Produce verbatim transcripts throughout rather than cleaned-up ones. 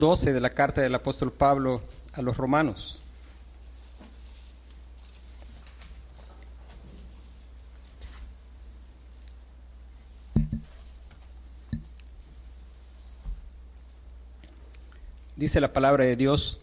doce de la carta del apóstol Pablo a los romanos. Dice la palabra de Dios: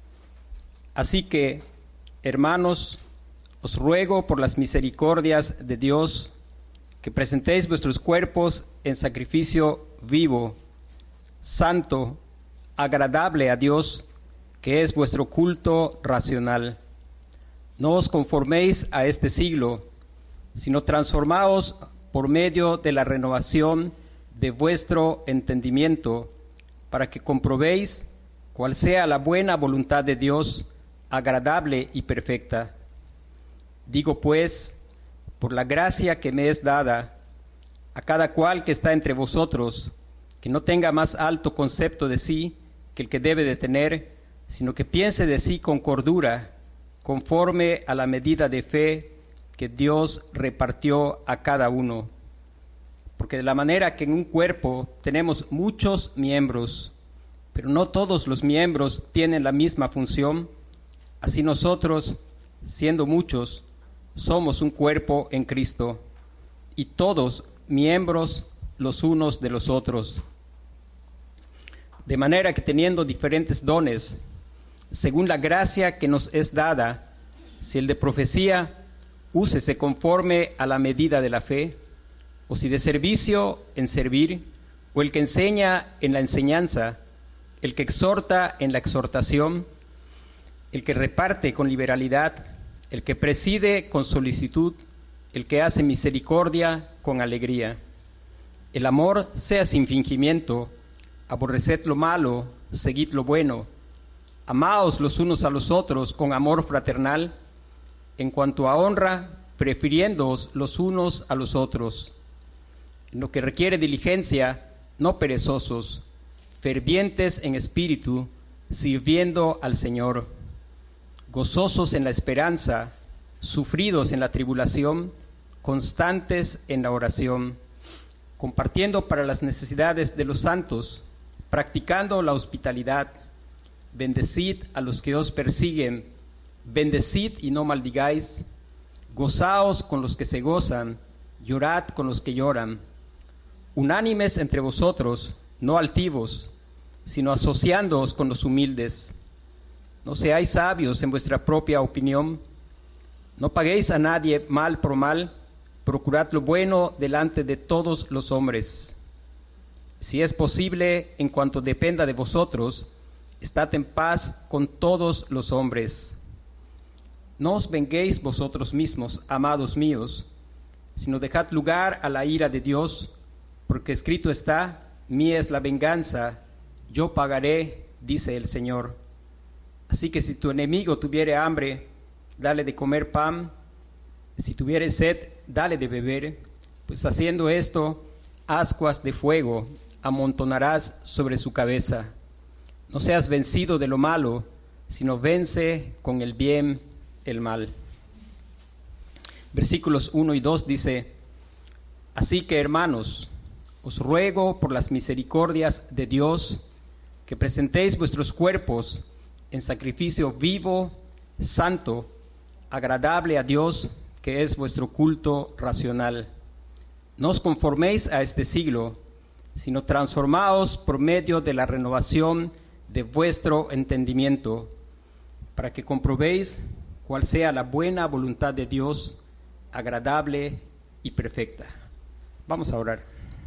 así que, hermanos, os ruego por las misericordias de Dios que presentéis vuestros cuerpos en sacrificio vivo, santo, agradable a Dios, que es vuestro culto racional. No os conforméis a este siglo, sino transformaos por medio de la renovación de vuestro entendimiento, para que comprobéis cuál sea la buena voluntad de Dios, agradable y perfecta. Digo pues, por la gracia que me es dada, a cada cual que está entre vosotros, que no tenga más alto concepto de sí que el que debe de tener, sino que piense de sí con cordura, conforme a la medida de fe que Dios repartió a cada uno. Porque de la manera que en un cuerpo tenemos muchos miembros, pero no todos los miembros tienen la misma función, así nosotros, siendo muchos, somos un cuerpo en Cristo, y todos miembros los unos de los otros. De manera que teniendo diferentes dones, según la gracia que nos es dada, si el de profecía, úsese conforme a la medida de la fe, o si de servicio, en servir, o el que enseña, en la enseñanza, el que exhorta, en la exhortación, el que reparte con liberalidad, el que preside con solicitud, el que hace misericordia con alegría. El amor sea sin fingimiento, aborreced lo malo, seguid lo bueno, amaos los unos a los otros con amor fraternal, en cuanto a honra, prefiriéndoos los unos a los otros. En lo que requiere diligencia, no perezosos, fervientes en espíritu, sirviendo al Señor, gozosos en la esperanza, sufridos en la tribulación, constantes en la oración, compartiendo para las necesidades de los santos, practicando la hospitalidad. Bendecid a los que os persiguen, bendecid y no maldigáis, gozaos con los que se gozan, llorad con los que lloran. Unánimes entre vosotros, no altivos, sino asociándoos con los humildes. No seáis sabios en vuestra propia opinión, no paguéis a nadie mal por mal, procurad lo bueno delante de todos los hombres. Si es posible, en cuanto dependa de vosotros, estad en paz con todos los hombres. No os venguéis vosotros mismos, amados míos, sino dejad lugar a la ira de Dios, porque escrito está: mía es la venganza, yo pagaré, dice el Señor. Así que si tu enemigo tuviere hambre, dale de comer pan; si tuviere sed, dale de beber, pues haciendo esto, ascuas de fuego amontonarás sobre su cabeza. No seas vencido de lo malo, sino vence con el bien el mal. Versículos uno y dos dice: así que, hermanos, os ruego por las misericordias de Dios que presentéis vuestros cuerpos en sacrificio vivo, santo, agradable a Dios, que es vuestro culto racional. No os conforméis a este siglo, sino transformaos por medio de la renovación de vuestro entendimiento, para que comprobéis cuál sea la buena voluntad de Dios, agradable y perfecta. Vamos a orar.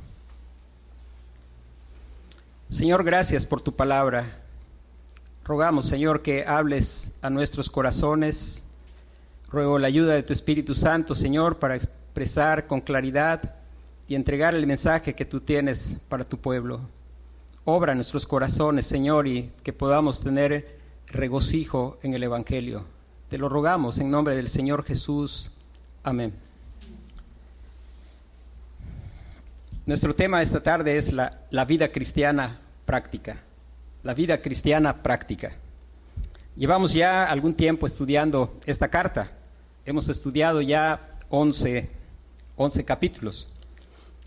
Señor, gracias por tu palabra. Rogamos, Señor, que hables a nuestros corazones. Ruego la ayuda de tu Espíritu Santo, Señor, para expresar con claridad y entregar el mensaje que tú tienes para tu pueblo. Obra en nuestros corazones, Señor, y que podamos tener regocijo en el Evangelio. Te lo rogamos en nombre del Señor Jesús. Amén. Nuestro tema esta tarde es la, la vida cristiana práctica. La vida cristiana práctica. Llevamos ya algún tiempo estudiando esta carta. Hemos estudiado ya once, once capítulos.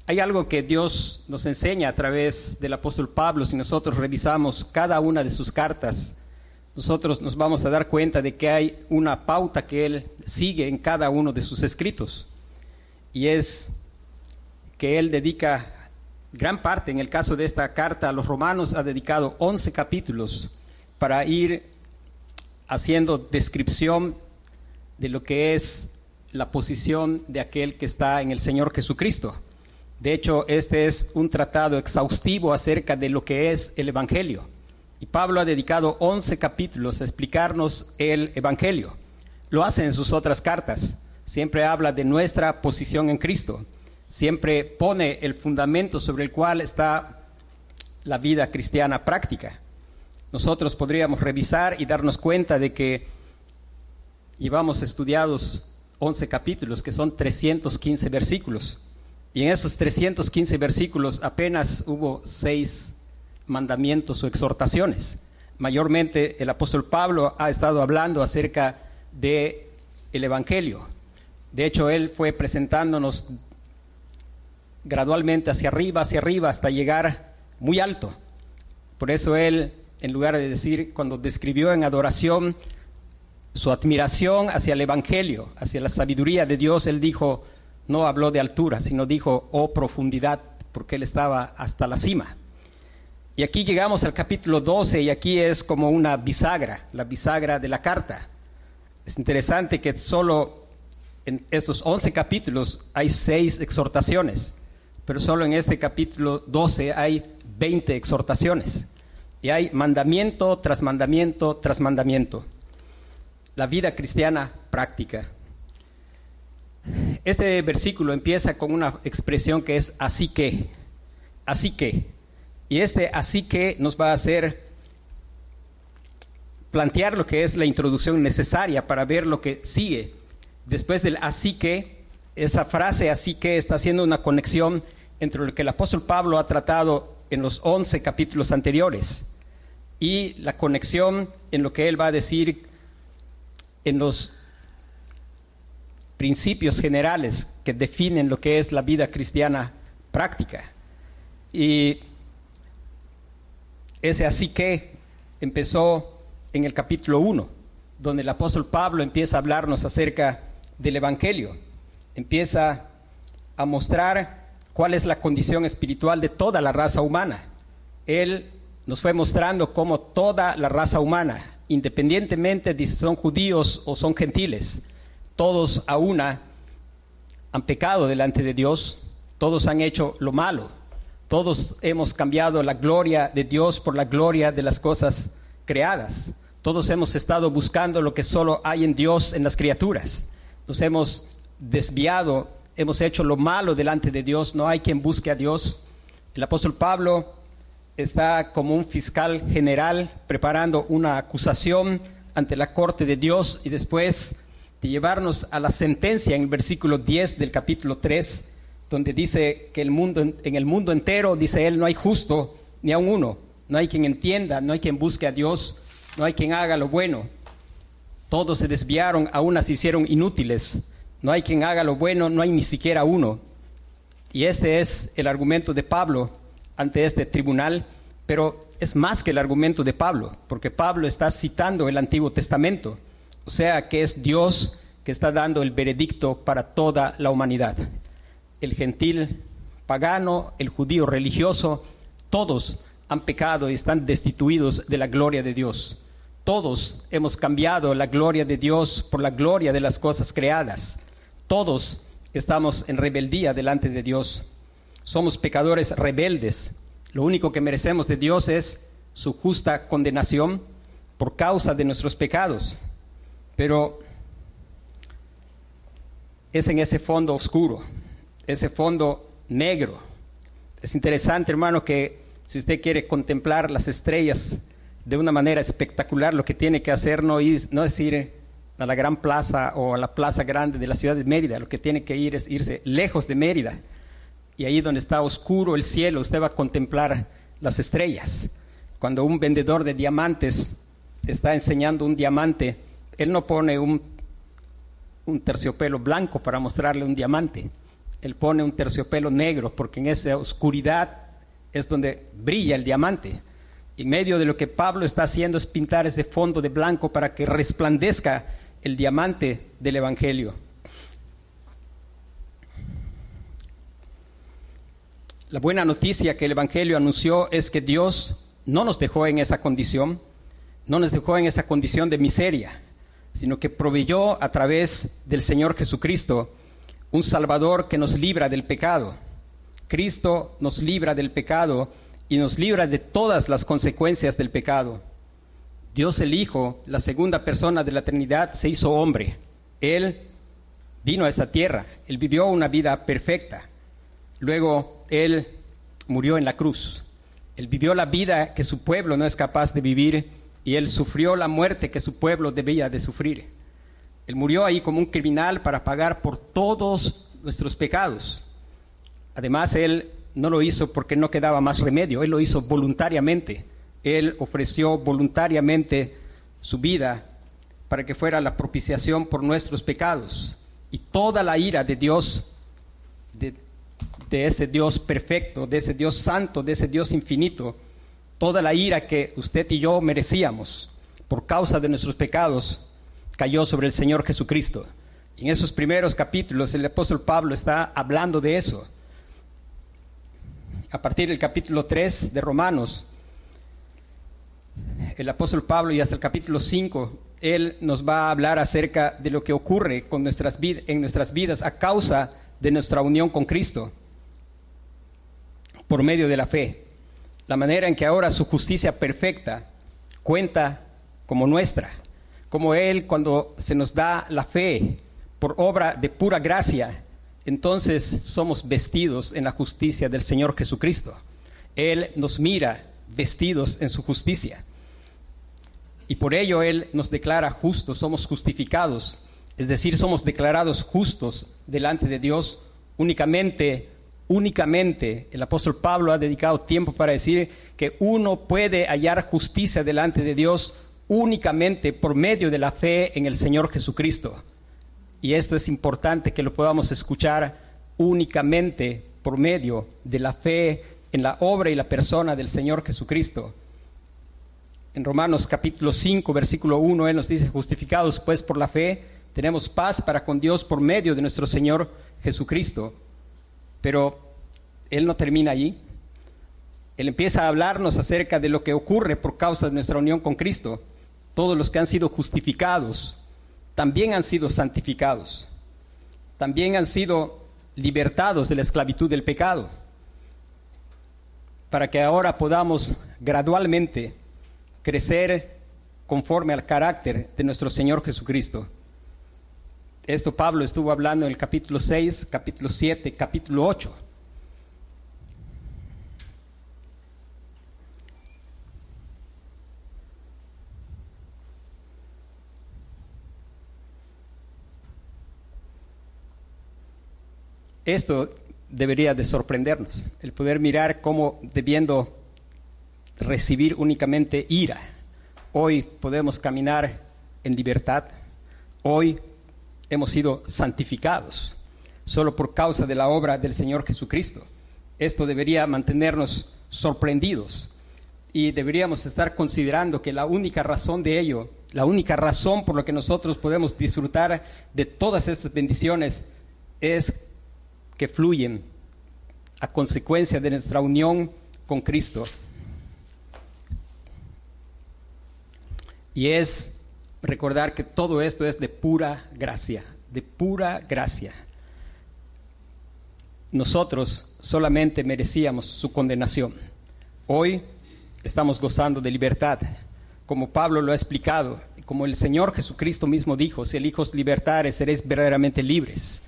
Hay algo que Dios nos enseña a través del apóstol Pablo. Si nosotros revisamos cada una de sus cartas, nosotros nos vamos a dar cuenta de que hay una pauta que él sigue en cada uno de sus escritos. Y es que él dedica gran parte, en el caso de esta carta a los romanos, ha dedicado once capítulos para ir haciendo descripción de lo que es la posición de aquel que está en el Señor Jesucristo. De hecho, este es un tratado exhaustivo acerca de lo que es el Evangelio. Y Pablo ha dedicado once capítulos a explicarnos el Evangelio. Lo hace en sus otras cartas. Siempre habla de nuestra posición en Cristo. Siempre pone el fundamento sobre el cual está la vida cristiana práctica. Nosotros podríamos revisar y darnos cuenta de que llevamos estudiados once capítulos, que son trescientos quince versículos. Y en esos trescientos quince versículos apenas hubo seis mandamientos o exhortaciones. Mayormente el apóstol Pablo ha estado hablando acerca del Evangelio. De hecho, él fue presentándonos gradualmente hacia arriba, hacia arriba, hasta llegar muy alto. Por eso él, en lugar de decir, cuando describió en adoración su admiración hacia el Evangelio, hacia la sabiduría de Dios, él dijo, no habló de altura, sino dijo, oh profundidad, porque él estaba hasta la cima. Y aquí llegamos al capítulo doce, y aquí es como una bisagra, la bisagra de la carta. Es interesante que solo en estos once capítulos hay seis exhortaciones, pero solo en este capítulo doce hay veinte exhortaciones. Y hay mandamiento tras mandamiento tras mandamiento. La vida cristiana práctica. Este versículo empieza con una expresión que es así que, así que. Y este así que nos va a hacer plantear lo que es la introducción necesaria para ver lo que sigue. Después del así que, esa frase así que está haciendo una conexión entre lo que el apóstol Pablo ha tratado en los once capítulos anteriores y la conexión en lo que él va a decir en los principios generales que definen lo que es la vida cristiana práctica. Y ese así que empezó en el capítulo uno, donde el apóstol Pablo empieza a hablarnos acerca del Evangelio. Empieza a mostrar cuál es la condición espiritual de toda la raza humana. Él nos fue mostrando cómo toda la raza humana, independientemente de si son judíos o son gentiles, todos a una han pecado delante de Dios, todos han hecho lo malo, todos hemos cambiado la gloria de Dios por la gloria de las cosas creadas, todos hemos estado buscando lo que solo hay en Dios en las criaturas, nos hemos desviado, hemos hecho lo malo delante de Dios, no hay quien busque a Dios. El apóstol Pablo está como un fiscal general preparando una acusación ante la corte de Dios, y después de llevarnos a la sentencia en el versículo diez del capítulo tres, donde dice que el mundo, en el mundo entero, dice él, no hay justo ni aun uno, no hay quien entienda, no hay quien busque a Dios, no hay quien haga lo bueno, todos se desviaron, a unas se hicieron inútiles, no hay quien haga lo bueno, no hay ni siquiera uno. Y este es el argumento de Pablo ante este tribunal, pero es más que el argumento de Pablo, porque Pablo está citando el Antiguo Testamento, o sea que es Dios que está dando el veredicto para toda la humanidad. El gentil pagano, el judío religioso, todos han pecado y están destituidos de la gloria de Dios. Todos hemos cambiado la gloria de Dios por la gloria de las cosas creadas. Todos estamos en rebeldía delante de Dios. Somos pecadores rebeldes. Lo único que merecemos de Dios es su justa condenación por causa de nuestros pecados. Pero es en ese fondo oscuro, ese fondo negro. Es interesante, hermano, que si usted quiere contemplar las estrellas de una manera espectacular, lo que tiene que hacer no es, no es ir a la gran plaza o a la plaza grande de la ciudad de Mérida. Lo que tiene que ir es irse lejos de Mérida. Y ahí donde está oscuro el cielo, usted va a contemplar las estrellas. Cuando un vendedor de diamantes está enseñando un diamante, él no pone un, un terciopelo blanco para mostrarle un diamante. Él pone un terciopelo negro porque en esa oscuridad es donde brilla el diamante. En medio de lo que Pablo está haciendo es pintar ese fondo de blanco para que resplandezca el diamante del Evangelio. La buena noticia que el Evangelio anunció es que Dios no nos dejó en esa condición, no nos dejó en esa condición de miseria, sino que proveyó a través del Señor Jesucristo un Salvador que nos libra del pecado. Cristo nos libra del pecado y nos libra de todas las consecuencias del pecado. Dios el Hijo, la segunda persona de la Trinidad, se hizo hombre. Él vino a esta tierra, Él vivió una vida perfecta. Luego Él murió en la cruz. Él vivió la vida que su pueblo no es capaz de vivir y Él sufrió la muerte que su pueblo debía de sufrir. Él murió ahí como un criminal para pagar por todos nuestros pecados. Además, Él no lo hizo porque no quedaba más remedio, Él lo hizo voluntariamente. Él ofreció voluntariamente su vida para que fuera la propiciación por nuestros pecados. Y toda la ira de Dios, de, de ese Dios perfecto, de ese Dios santo, de ese Dios infinito, toda la ira que usted y yo merecíamos por causa de nuestros pecados, cayó sobre el Señor Jesucristo. Y en esos primeros capítulos el apóstol Pablo está hablando de eso. A partir del capítulo tres de Romanos, el apóstol Pablo, y hasta el capítulo cinco, él nos va a hablar acerca de lo que ocurre con nuestras vid- en nuestras vidas a causa de nuestra unión con Cristo, por medio de la fe. La manera en que ahora su justicia perfecta cuenta como nuestra, como Él, cuando se nos da la fe por obra de pura gracia, entonces somos vestidos en la justicia del Señor Jesucristo. Él nos mira vestidos en su justicia. Y por ello Él nos declara justos, somos justificados, es decir, somos declarados justos delante de Dios únicamente, únicamente. El apóstol Pablo ha dedicado tiempo para decir que uno puede hallar justicia delante de Dios únicamente por medio de la fe en el Señor Jesucristo. Y esto es importante que lo podamos escuchar únicamente por medio de la fe en la obra y la persona del Señor Jesucristo. En Romanos capítulo cinco, versículo uno, Él nos dice: justificados pues por la fe, tenemos paz para con Dios por medio de nuestro Señor Jesucristo. Pero Él no termina allí. Él empieza a hablarnos acerca de lo que ocurre por causa de nuestra unión con Cristo. Todos los que han sido justificados también han sido santificados, también han sido libertados de la esclavitud del pecado, para que ahora podamos gradualmente crecer conforme al carácter de nuestro Señor Jesucristo. Esto Pablo estuvo hablando en el capítulo seis, capítulo siete, capítulo ocho. Esto debería de sorprendernos, el poder mirar cómo, debiendo recibir únicamente ira, hoy podemos caminar en libertad. Hoy hemos sido santificados solo por causa de la obra del Señor Jesucristo. Esto debería mantenernos sorprendidos y deberíamos estar considerando que la única razón de ello, la única razón por la que nosotros podemos disfrutar de todas estas bendiciones es que fluyen a consecuencia de nuestra unión con Cristo. Y es recordar que todo esto es de pura gracia, de pura gracia. Nosotros solamente merecíamos su condenación. Hoy estamos gozando de libertad, como Pablo lo ha explicado, como el Señor Jesucristo mismo dijo: si el Hijo os libertare, seréis verdaderamente libres.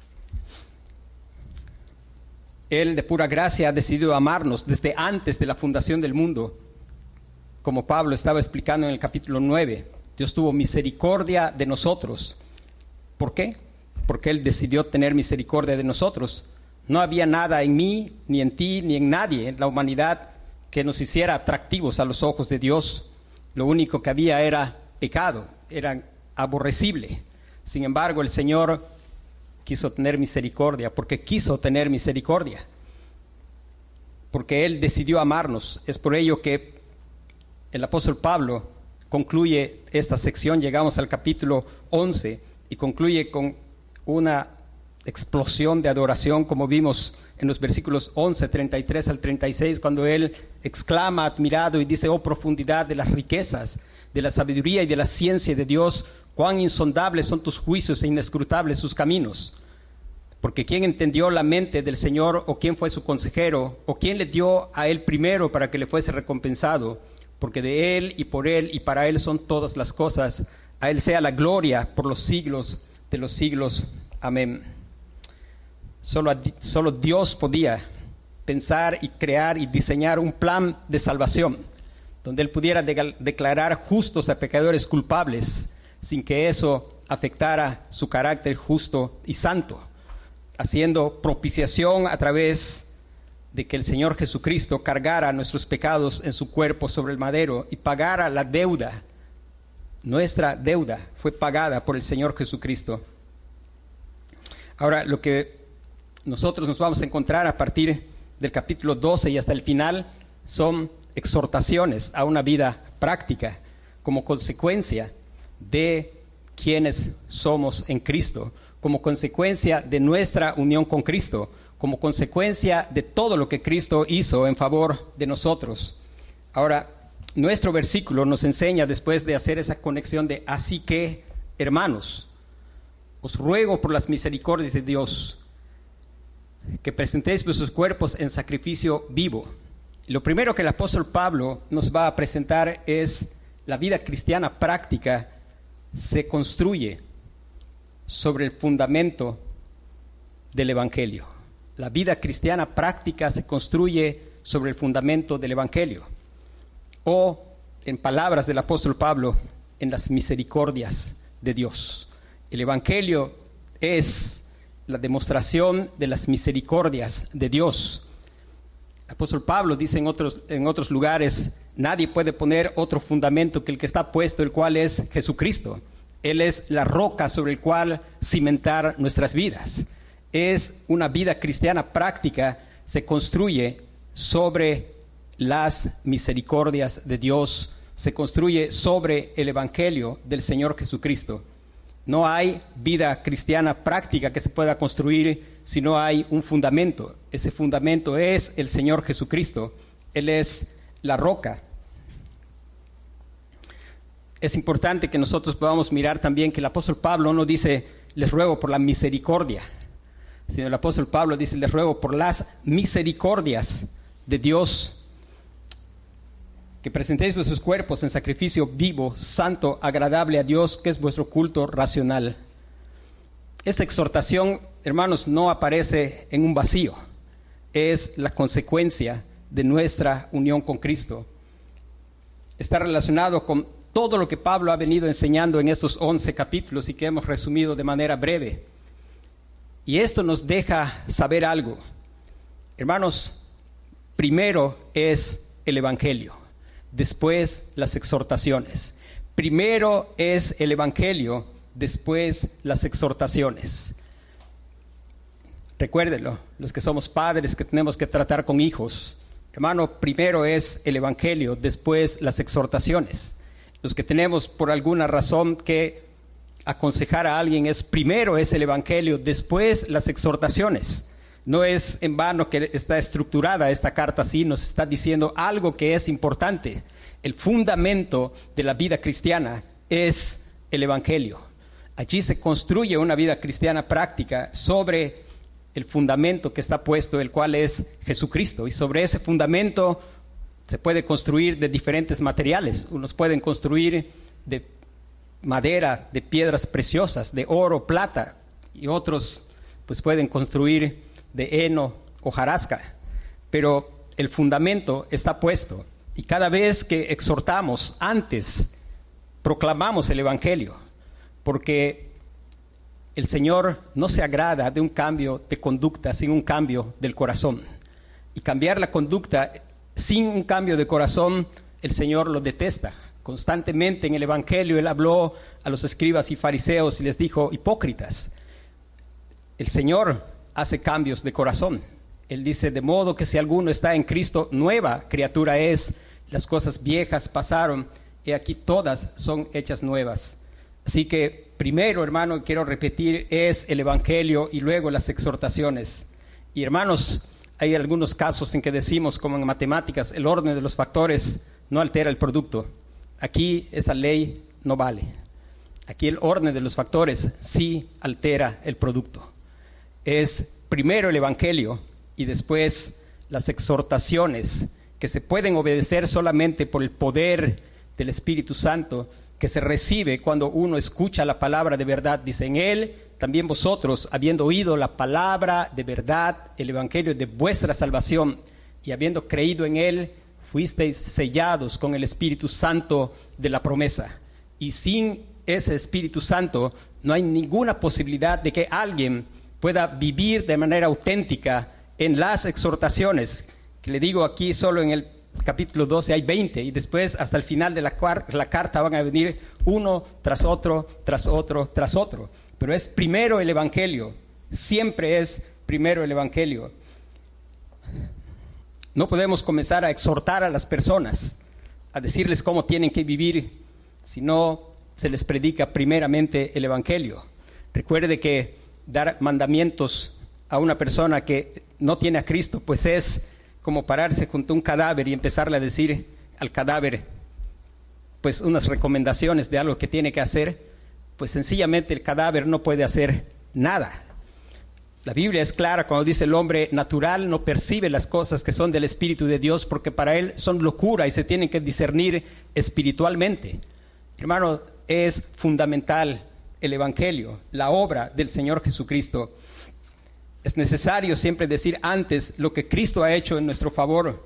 Él de pura gracia ha decidido amarnos desde antes de la fundación del mundo. Como Pablo estaba explicando en el capítulo nueve, Dios tuvo misericordia de nosotros. ¿Por qué? Porque Él decidió tener misericordia de nosotros. No había nada en mí, ni en ti, ni en nadie, en la humanidad, que nos hiciera atractivos a los ojos de Dios. Lo único que había era pecado, era aborrecible. Sin embargo, el Señor quiso tener misericordia, porque quiso tener misericordia, porque Él decidió amarnos. Es por ello que el apóstol Pablo concluye esta sección. Llegamos al capítulo once y concluye con una explosión de adoración, como vimos en los versículos once, treinta y tres al treinta y seis, cuando él exclama admirado y dice: oh profundidad de las riquezas, de la sabiduría y de la ciencia de Dios, cuán insondables son tus juicios e inescrutables sus caminos. Porque ¿quién entendió la mente del Señor, o quién fue su consejero, o quién le dio a él primero para que le fuese recompensado? Porque de él y por él y para él son todas las cosas. A él sea la gloria por los siglos de los siglos. Amén. Solo, solo Dios podía pensar y crear y diseñar un plan de salvación, donde Él pudiera de- declarar justos a pecadores culpables, sin que eso afectara su carácter justo y santo, haciendo propiciación a través de que el Señor Jesucristo cargara nuestros pecados en su cuerpo sobre el madero y pagara la deuda. Nuestra deuda fue pagada por el Señor Jesucristo. Ahora, lo que nosotros nos vamos a encontrar a partir del capítulo doce y hasta el final son exhortaciones a una vida práctica como consecuencia de quienes somos en Cristo, como consecuencia de nuestra unión con Cristo, como consecuencia de todo lo que Cristo hizo en favor de nosotros. Ahora, nuestro versículo nos enseña, después de hacer esa conexión de así que, hermanos, os ruego por las misericordias de Dios, que presentéis vuestros cuerpos en sacrificio vivo. Lo primero que el apóstol Pablo nos va a presentar es la vida cristiana práctica se construye sobre el fundamento del Evangelio. La vida cristiana práctica se construye sobre el fundamento del Evangelio. O, en palabras del apóstol Pablo, en las misericordias de Dios. El Evangelio es la demostración de las misericordias de Dios. El apóstol Pablo dice en otros, en otros lugares: nadie puede poner otro fundamento que el que está puesto, el cual es Jesucristo. Él es la roca sobre el cual cimentar nuestras vidas. Es una vida cristiana práctica, se construye sobre las misericordias de Dios, se construye sobre el Evangelio del Señor Jesucristo. No hay vida cristiana práctica que se pueda construir si no hay un fundamento. Ese fundamento es el Señor Jesucristo. Él es la roca. Es importante que nosotros podamos mirar también que el apóstol Pablo no dice: les ruego por la misericordia, sino el apóstol Pablo dice: les ruego por las misericordias de Dios, que presentéis vuestros cuerpos en sacrificio vivo, santo, agradable a Dios, que es vuestro culto racional. Esta exhortación, hermanos, no aparece en un vacío. Es la consecuencia de nuestra unión con Cristo. Está relacionado con todo lo que Pablo ha venido enseñando en estos once capítulos y que hemos resumido de manera breve. Y esto nos deja saber algo. Hermanos, primero es el Evangelio. Después las exhortaciones. Primero es el Evangelio, después las exhortaciones. Recuérdenlo, los que somos padres, que tenemos que tratar con hijos. Hermano, primero es el Evangelio, después las exhortaciones. Los que tenemos por alguna razón que aconsejar a alguien, es primero es el Evangelio, después las exhortaciones. No es en vano que está estructurada esta carta así, nos está diciendo algo que es importante. El fundamento de la vida cristiana es el Evangelio. Allí se construye una vida cristiana práctica sobre el fundamento que está puesto, el cual es Jesucristo. Y sobre ese fundamento se puede construir de diferentes materiales. Unos pueden construir de madera, de piedras preciosas, de oro, plata, y otros pues pueden construir de heno, hojarasca, pero el fundamento está puesto. Y cada vez que exhortamos, antes proclamamos el Evangelio, porque el Señor no se agrada de un cambio de conducta sin un cambio del corazón. Y cambiar la conducta sin un cambio de corazón, el Señor lo detesta. Constantemente en el Evangelio Él habló a los escribas y fariseos y les dijo: hipócritas, el Señor hace cambios de corazón. Él dice, de modo que si alguno está en Cristo, nueva criatura es, las cosas viejas pasaron, y aquí todas son hechas nuevas. Así que primero, hermano, quiero repetir, es el Evangelio y luego las exhortaciones. Y hermanos, hay algunos casos en que decimos, como en matemáticas, el orden de los factores no altera el producto. Aquí esa ley no vale. Aquí el orden de los factores sí altera el producto. Es primero el Evangelio y después las exhortaciones que se pueden obedecer solamente por el poder del Espíritu Santo que se recibe cuando uno escucha la palabra de verdad. Dice, en él también vosotros, habiendo oído la palabra de verdad, el Evangelio de vuestra salvación, y habiendo creído en él, fuisteis sellados con el Espíritu Santo de la promesa. Y sin ese Espíritu Santo no hay ninguna posibilidad de que alguien pueda vivir de manera auténtica en las exhortaciones, que le digo aquí solo en el capítulo doce hay veinte, y después hasta el final de la, la carta van a venir uno tras otro, tras otro, tras otro. Pero es primero el Evangelio, siempre es primero el Evangelio. No podemos comenzar a exhortar a las personas, a decirles cómo tienen que vivir, si no se les predica primeramente el Evangelio. Recuerde que dar mandamientos a una persona que no tiene a Cristo, pues es como pararse junto a un cadáver y empezarle a decir al cadáver, pues unas recomendaciones de algo que tiene que hacer, pues sencillamente el cadáver no puede hacer nada. La Biblia es clara cuando dice el hombre natural no percibe las cosas que son del Espíritu de Dios porque para él son locura y se tienen que discernir espiritualmente. Hermano, es fundamental el Evangelio, la obra del Señor Jesucristo. Es necesario siempre decir antes lo que Cristo ha hecho en nuestro favor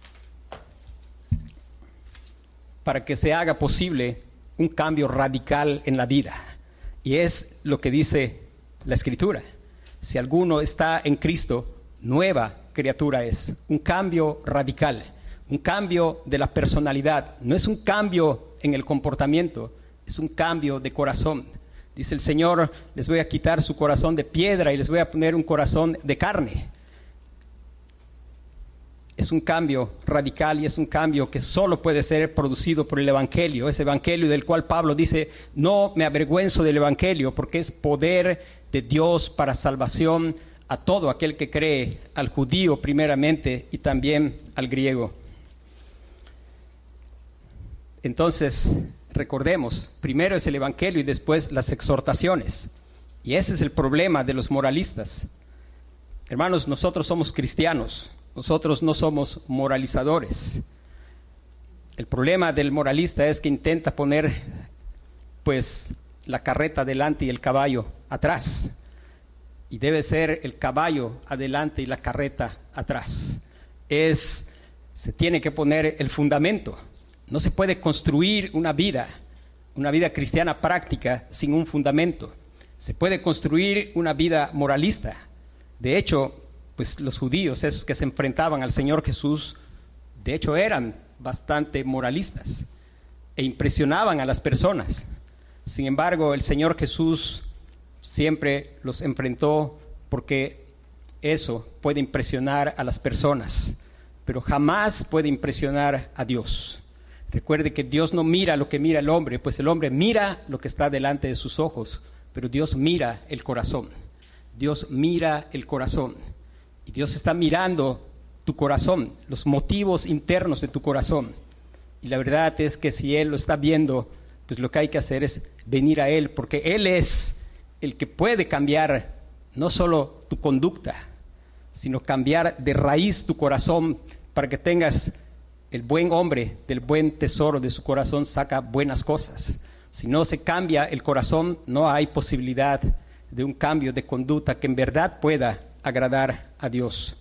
para que se haga posible un cambio radical en la vida. Y es lo que dice la Escritura. Si alguno está en Cristo, nueva criatura es. Un cambio radical, un cambio de la personalidad. No es un cambio en el comportamiento, es un cambio de corazón. Dice el Señor, les voy a quitar su corazón de piedra y les voy a poner un corazón de carne. Es un cambio radical y es un cambio que solo puede ser producido por el Evangelio. Ese Evangelio del cual Pablo dice, no me avergüenzo del Evangelio porque es poder de Dios para salvación a todo aquel que cree, al judío primeramente y también al griego. Entonces, recordemos, primero es el Evangelio y después las exhortaciones. Y ese es el problema de los moralistas. Hermanos, nosotros somos cristianos, nosotros no somos moralizadores. El problema del moralista es que intenta poner, pues, la carreta adelante y el caballo atrás. Y debe ser el caballo adelante y la carreta atrás. Es, se tiene que poner el fundamento. No se puede construir una vida, una vida cristiana práctica sin un fundamento. Se puede construir una vida moralista. De hecho, pues los judíos, esos que se enfrentaban al Señor Jesús, de hecho eran bastante moralistas e impresionaban a las personas. Sin embargo, el Señor Jesús siempre los enfrentó porque eso puede impresionar a las personas, pero jamás puede impresionar a Dios. Recuerde que Dios no mira lo que mira el hombre, pues el hombre mira lo que está delante de sus ojos, pero Dios mira el corazón. Dios mira el corazón. Y Dios está mirando tu corazón, los motivos internos de tu corazón. Y la verdad es que si Él lo está viendo, pues lo que hay que hacer es venir a Él, porque Él es el que puede cambiar no solo tu conducta, sino cambiar de raíz tu corazón para que tengas el buen hombre del buen tesoro de su corazón saca buenas cosas. Si no se cambia el corazón, no hay posibilidad de un cambio de conducta que en verdad pueda agradar a Dios.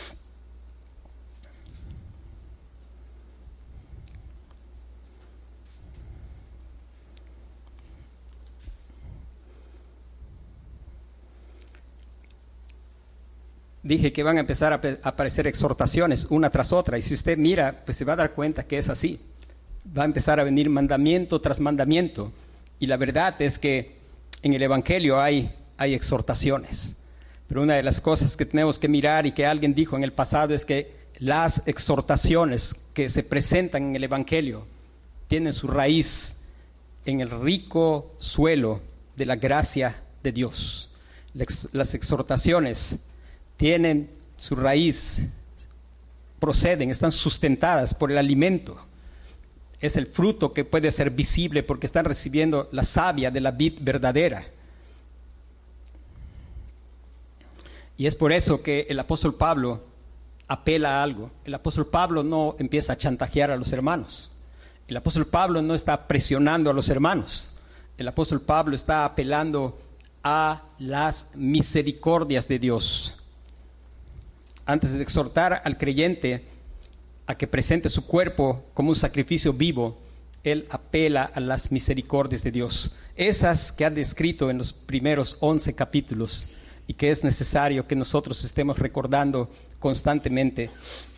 Dije que van a empezar a aparecer exhortaciones una tras otra, y si usted mira, pues se va a dar cuenta que es así. Va a empezar a venir mandamiento tras mandamiento, y la verdad es que en el Evangelio hay, hay exhortaciones. Pero una de las cosas que tenemos que mirar y que alguien dijo en el pasado es que las exhortaciones que se presentan en el Evangelio tienen su raíz en el rico suelo de la gracia de Dios. Las exhortaciones tienen su raíz, proceden, están sustentadas por el alimento. Es el fruto que puede ser visible porque están recibiendo la savia de la vid verdadera. Y es por eso que el apóstol Pablo apela a algo. El apóstol Pablo no empieza a chantajear a los hermanos. El apóstol Pablo no está presionando a los hermanos. El apóstol Pablo está apelando a las misericordias de Dios. Antes de exhortar al creyente a que presente su cuerpo como un sacrificio vivo, él apela a las misericordias de Dios, esas que ha descrito en los primeros once capítulos y que es necesario que nosotros estemos recordando constantemente.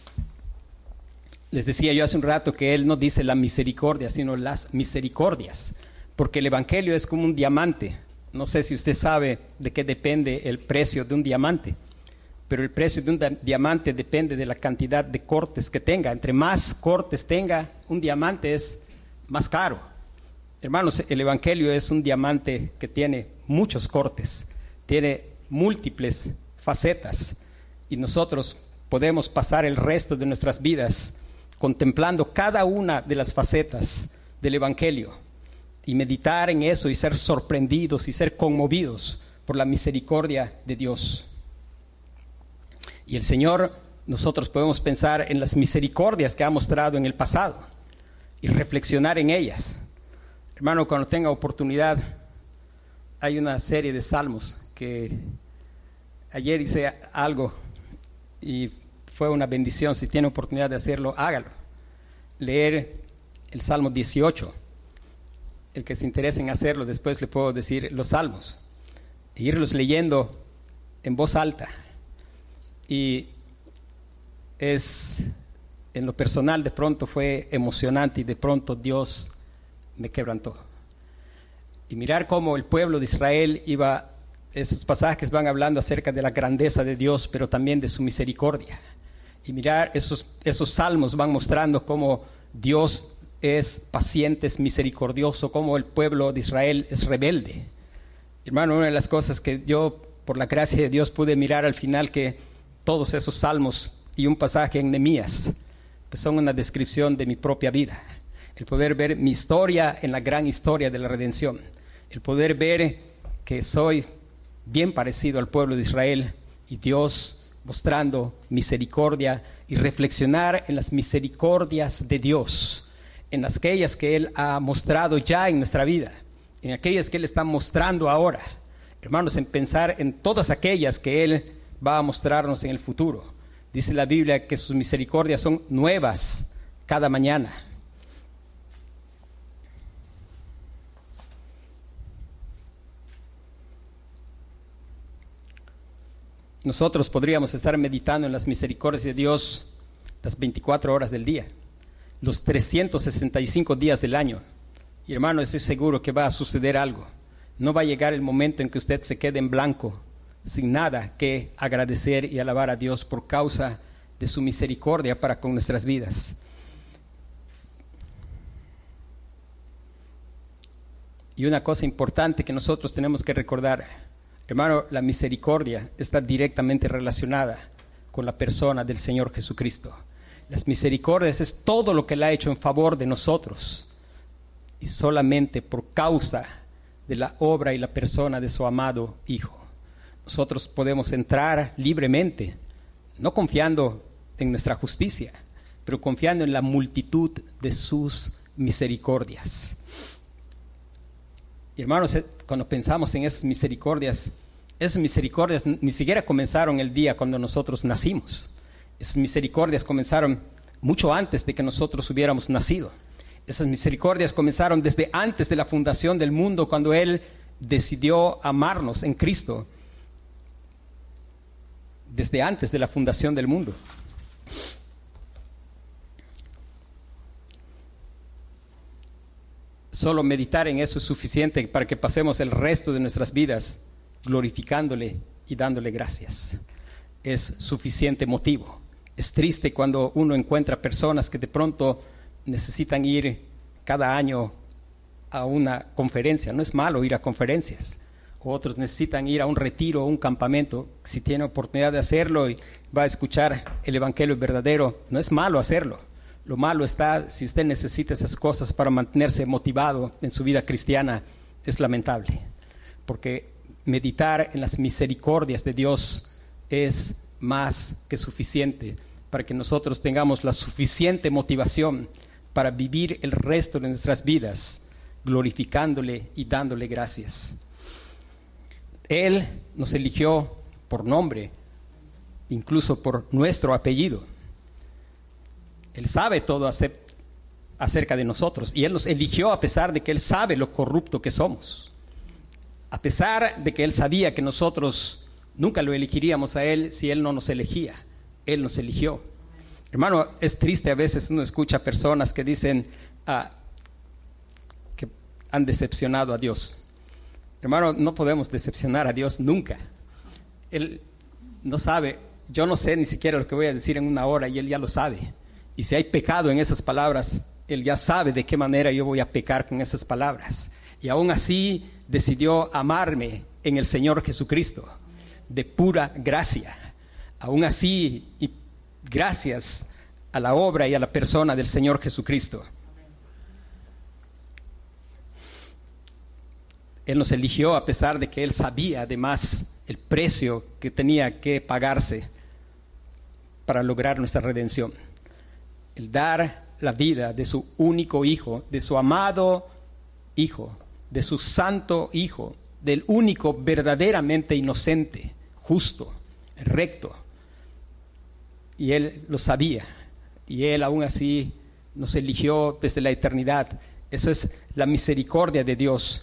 Les decía yo hace un rato que él no dice la misericordia, sino las misericordias, porque el Evangelio es como un diamante. No sé si usted sabe de qué depende el precio de un diamante, pero el precio de un diamante depende de la cantidad de cortes que tenga. Entre más cortes tenga, un diamante es más caro. Hermanos, el Evangelio es un diamante que tiene muchos cortes, tiene múltiples facetas, y nosotros podemos pasar el resto de nuestras vidas contemplando cada una de las facetas del Evangelio y meditar en eso y ser sorprendidos y ser conmovidos por la misericordia de Dios. Y el Señor, nosotros podemos pensar en las misericordias que ha mostrado en el pasado y reflexionar en ellas. Hermano, cuando tenga oportunidad, hay una serie de salmos que ayer hice algo y fue una bendición. Si tiene oportunidad de hacerlo, hágalo. Leer el Salmo dieciocho. El que se interese en hacerlo, después le puedo decir los salmos. E irlos leyendo en voz alta. Y es, en lo personal, de pronto fue emocionante y de pronto Dios me quebrantó. Y mirar cómo el pueblo de Israel iba, esos pasajes van hablando acerca de la grandeza de Dios, pero también de su misericordia. Y mirar esos, esos salmos van mostrando cómo Dios es paciente, es misericordioso, cómo el pueblo de Israel es rebelde. Hermano, una de las cosas que yo, por la gracia de Dios, pude mirar al final, que todos esos salmos y un pasaje en Nehemías, pues son una descripción de mi propia vida. El poder ver mi historia en la gran historia de la redención. El poder ver que soy bien parecido al pueblo de Israel y Dios mostrando misericordia, y reflexionar en las misericordias de Dios, en aquellas que Él ha mostrado ya en nuestra vida, en aquellas que Él está mostrando ahora. Hermanos, en pensar en todas aquellas que Él va a mostrarnos en el futuro. Dice la Biblia que sus misericordias son nuevas cada mañana. Nosotros podríamos estar meditando en las misericordias de Dios las veinticuatro horas del día, los trescientos sesenta y cinco días del año. Y hermano, estoy seguro que va a suceder algo. No va a llegar el momento en que usted se quede en blanco, sin nada que agradecer y alabar a Dios por causa de su misericordia para con nuestras vidas. Y una cosa importante que nosotros tenemos que recordar, hermano, la misericordia está directamente relacionada con la persona del Señor Jesucristo. Las misericordias es todo lo que Él ha hecho en favor de nosotros, y solamente por causa de la obra y la persona de su amado Hijo. Nosotros podemos entrar libremente, no confiando en nuestra justicia, pero confiando en la multitud de sus misericordias. Y hermanos, cuando pensamos en esas misericordias, esas misericordias ni siquiera comenzaron el día cuando nosotros nacimos. Esas misericordias comenzaron mucho antes de que nosotros hubiéramos nacido. Esas misericordias comenzaron desde antes de la fundación del mundo, cuando Él decidió amarnos en Cristo, desde antes de la fundación del mundo. Solo meditar en eso es suficiente para que pasemos el resto de nuestras vidas glorificándole y dándole gracias. Es suficiente motivo. Es triste cuando uno encuentra personas que de pronto necesitan ir cada año a una conferencia. No es malo ir a conferencias. Otros necesitan ir a un retiro o un campamento. Si tiene oportunidad de hacerlo y va a escuchar el evangelio verdadero, no es malo hacerlo. Lo malo está si usted necesita esas cosas para mantenerse motivado en su vida cristiana. Es lamentable, porque meditar en las misericordias de Dios es más que suficiente para que nosotros tengamos la suficiente motivación para vivir el resto de nuestras vidas glorificándole y dándole gracias. Él nos eligió por nombre, incluso por nuestro apellido. Él sabe todo acerca de nosotros y Él nos eligió a pesar de que Él sabe lo corrupto que somos. A pesar de que Él sabía que nosotros nunca lo elegiríamos a Él si Él no nos elegía. Él nos eligió. Hermano, es triste a veces uno escucha personas que dicen ah, que han decepcionado a Dios. Hermano, no podemos decepcionar a Dios nunca. Él no sabe, yo no sé ni siquiera lo que voy a decir en una hora y Él ya lo sabe. Y si hay pecado en esas palabras, Él ya sabe de qué manera yo voy a pecar con esas palabras. Y aún así decidió amarme en el Señor Jesucristo, de pura gracia. Aún así, y gracias a la obra y a la persona del Señor Jesucristo. Él nos eligió a pesar de que Él sabía además el precio que tenía que pagarse para lograr nuestra redención. El dar la vida de su único Hijo, de su amado Hijo, de su santo Hijo, del único verdaderamente inocente, justo, recto. Y Él lo sabía, y Él aún así nos eligió desde la eternidad. Eso es la misericordia de Dios.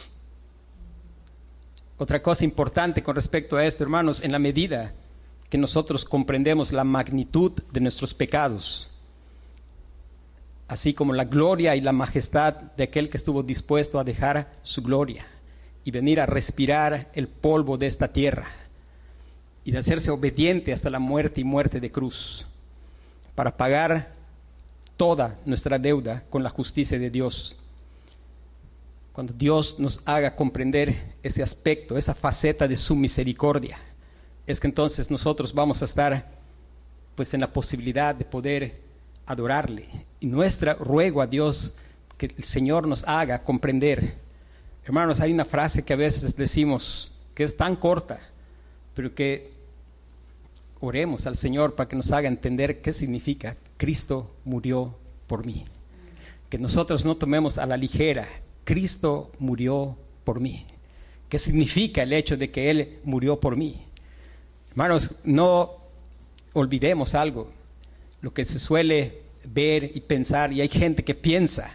Otra cosa importante con respecto a esto, hermanos, en la medida que nosotros comprendemos la magnitud de nuestros pecados, así como la gloria y la majestad de aquel que estuvo dispuesto a dejar su gloria y venir a respirar el polvo de esta tierra y de hacerse obediente hasta la muerte y muerte de cruz, para pagar toda nuestra deuda con la justicia de Dios. Cuando Dios nos haga comprender ese aspecto, esa faceta de su misericordia, es que entonces nosotros vamos a estar pues en la posibilidad de poder adorarle. Y nuestra ruego a Dios que el Señor nos haga comprender. Hermanos, hay una frase que a veces decimos que es tan corta, pero que oremos al Señor para que nos haga entender qué significa: Cristo murió por mí. Que nosotros no tomemos a la ligera: Cristo murió por mí. ¿Qué significa el hecho de que Él murió por mí? Hermanos, no olvidemos algo, lo que se suele ver y pensar, y hay gente que piensa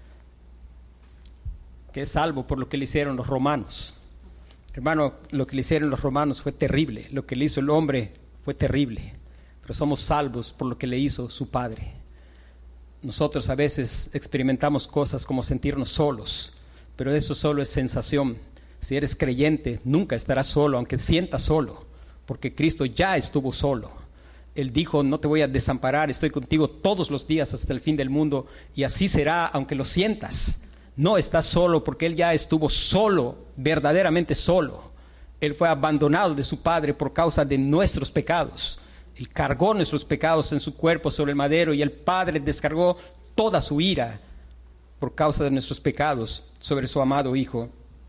que es salvo por lo que le hicieron los romanos. Hermano, lo que le hicieron los romanos fue terrible, lo que le hizo el hombre fue terrible, pero somos salvos por lo que le hizo su Padre. Nosotros a veces experimentamos cosas como sentirnos solos, pero eso solo es sensación. Si eres creyente, nunca estarás solo, aunque sientas solo, porque Cristo ya estuvo solo. Él dijo: no te voy a desamparar, estoy contigo todos los días hasta el fin del mundo, y así será aunque lo sientas. No estás solo porque Él ya estuvo solo, verdaderamente solo. Él fue abandonado de su Padre por causa de nuestros pecados. Él cargó nuestros pecados en su cuerpo sobre el madero, y el Padre descargó toda su ira por causa de nuestros pecados sobre su amado Hijo.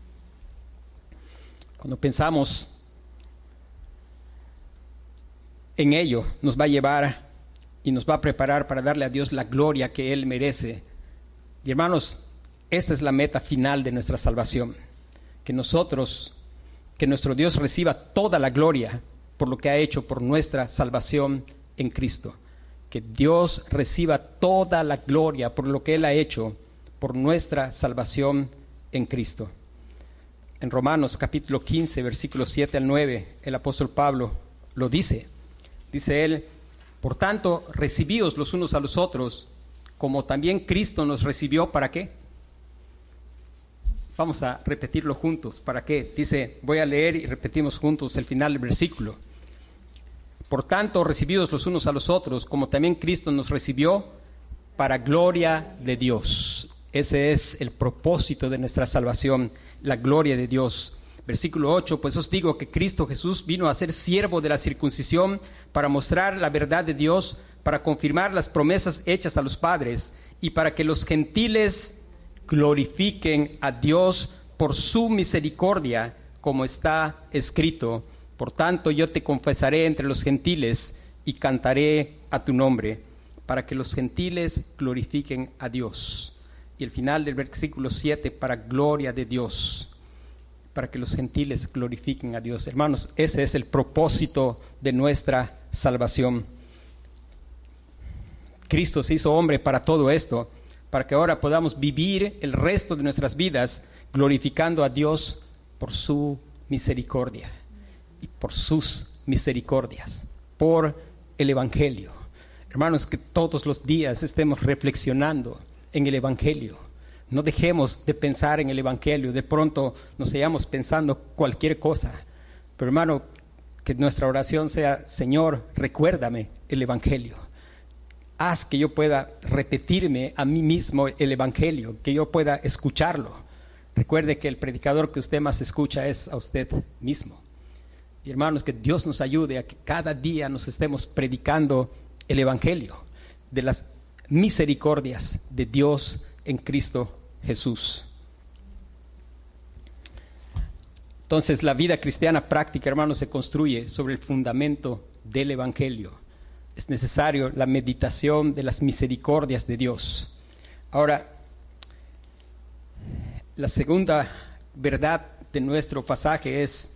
Cuando pensamos en ello, nos va a llevar y nos va a preparar para darle a Dios la gloria que Él merece. Y hermanos, esta es la meta final de nuestra salvación, que nosotros, que nuestro Dios reciba toda la gloria por lo que ha hecho por nuestra salvación en Cristo. Que Dios reciba toda la gloria por lo que Él ha hecho por nuestra salvación en Cristo. En Romanos capítulo quince, versículos siete al nueve, el apóstol Pablo lo dice. Dice él: por tanto, recibíos los unos a los otros, como también Cristo nos recibió. ¿Para qué? Vamos a repetirlo juntos. ¿Para qué? Dice, voy a leer y repetimos juntos el final del versículo. Por tanto, recibidos los unos a los otros, como también Cristo nos recibió, para gloria de Dios. Ese es el propósito de nuestra salvación, la gloria de Dios. Versículo ocho, pues os digo que Cristo Jesús vino a ser siervo de la circuncisión para mostrar la verdad de Dios, para confirmar las promesas hechas a los padres y para que los gentiles glorifiquen a Dios por su misericordia, como está escrito. Por tanto, yo te confesaré entre los gentiles y cantaré a tu nombre, para que los gentiles glorifiquen a Dios. Y el final del versículo siete, para gloria de Dios, para que los gentiles glorifiquen a Dios. Hermanos, ese es el propósito de nuestra salvación. Cristo se hizo hombre para todo esto, para que ahora podamos vivir el resto de nuestras vidas glorificando a Dios por su misericordia y por sus misericordias, por el Evangelio. Hermanos, que todos los días estemos reflexionando en el Evangelio. No dejemos de pensar en el Evangelio. De pronto nos hayamos pensando cualquier cosa. Pero hermano, que nuestra oración sea, Señor, recuérdame el Evangelio. Haz que yo pueda repetirme a mí mismo el Evangelio, que yo pueda escucharlo. Recuerde que el predicador que usted más escucha es a usted mismo. Y hermanos, que Dios nos ayude a que cada día nos estemos predicando el Evangelio de las misericordias de Dios en Cristo Jesús. Entonces, la vida cristiana práctica, hermanos, se construye sobre el fundamento del Evangelio. Es necesario la meditación de las misericordias de Dios. Ahora, la segunda verdad de nuestro pasaje es,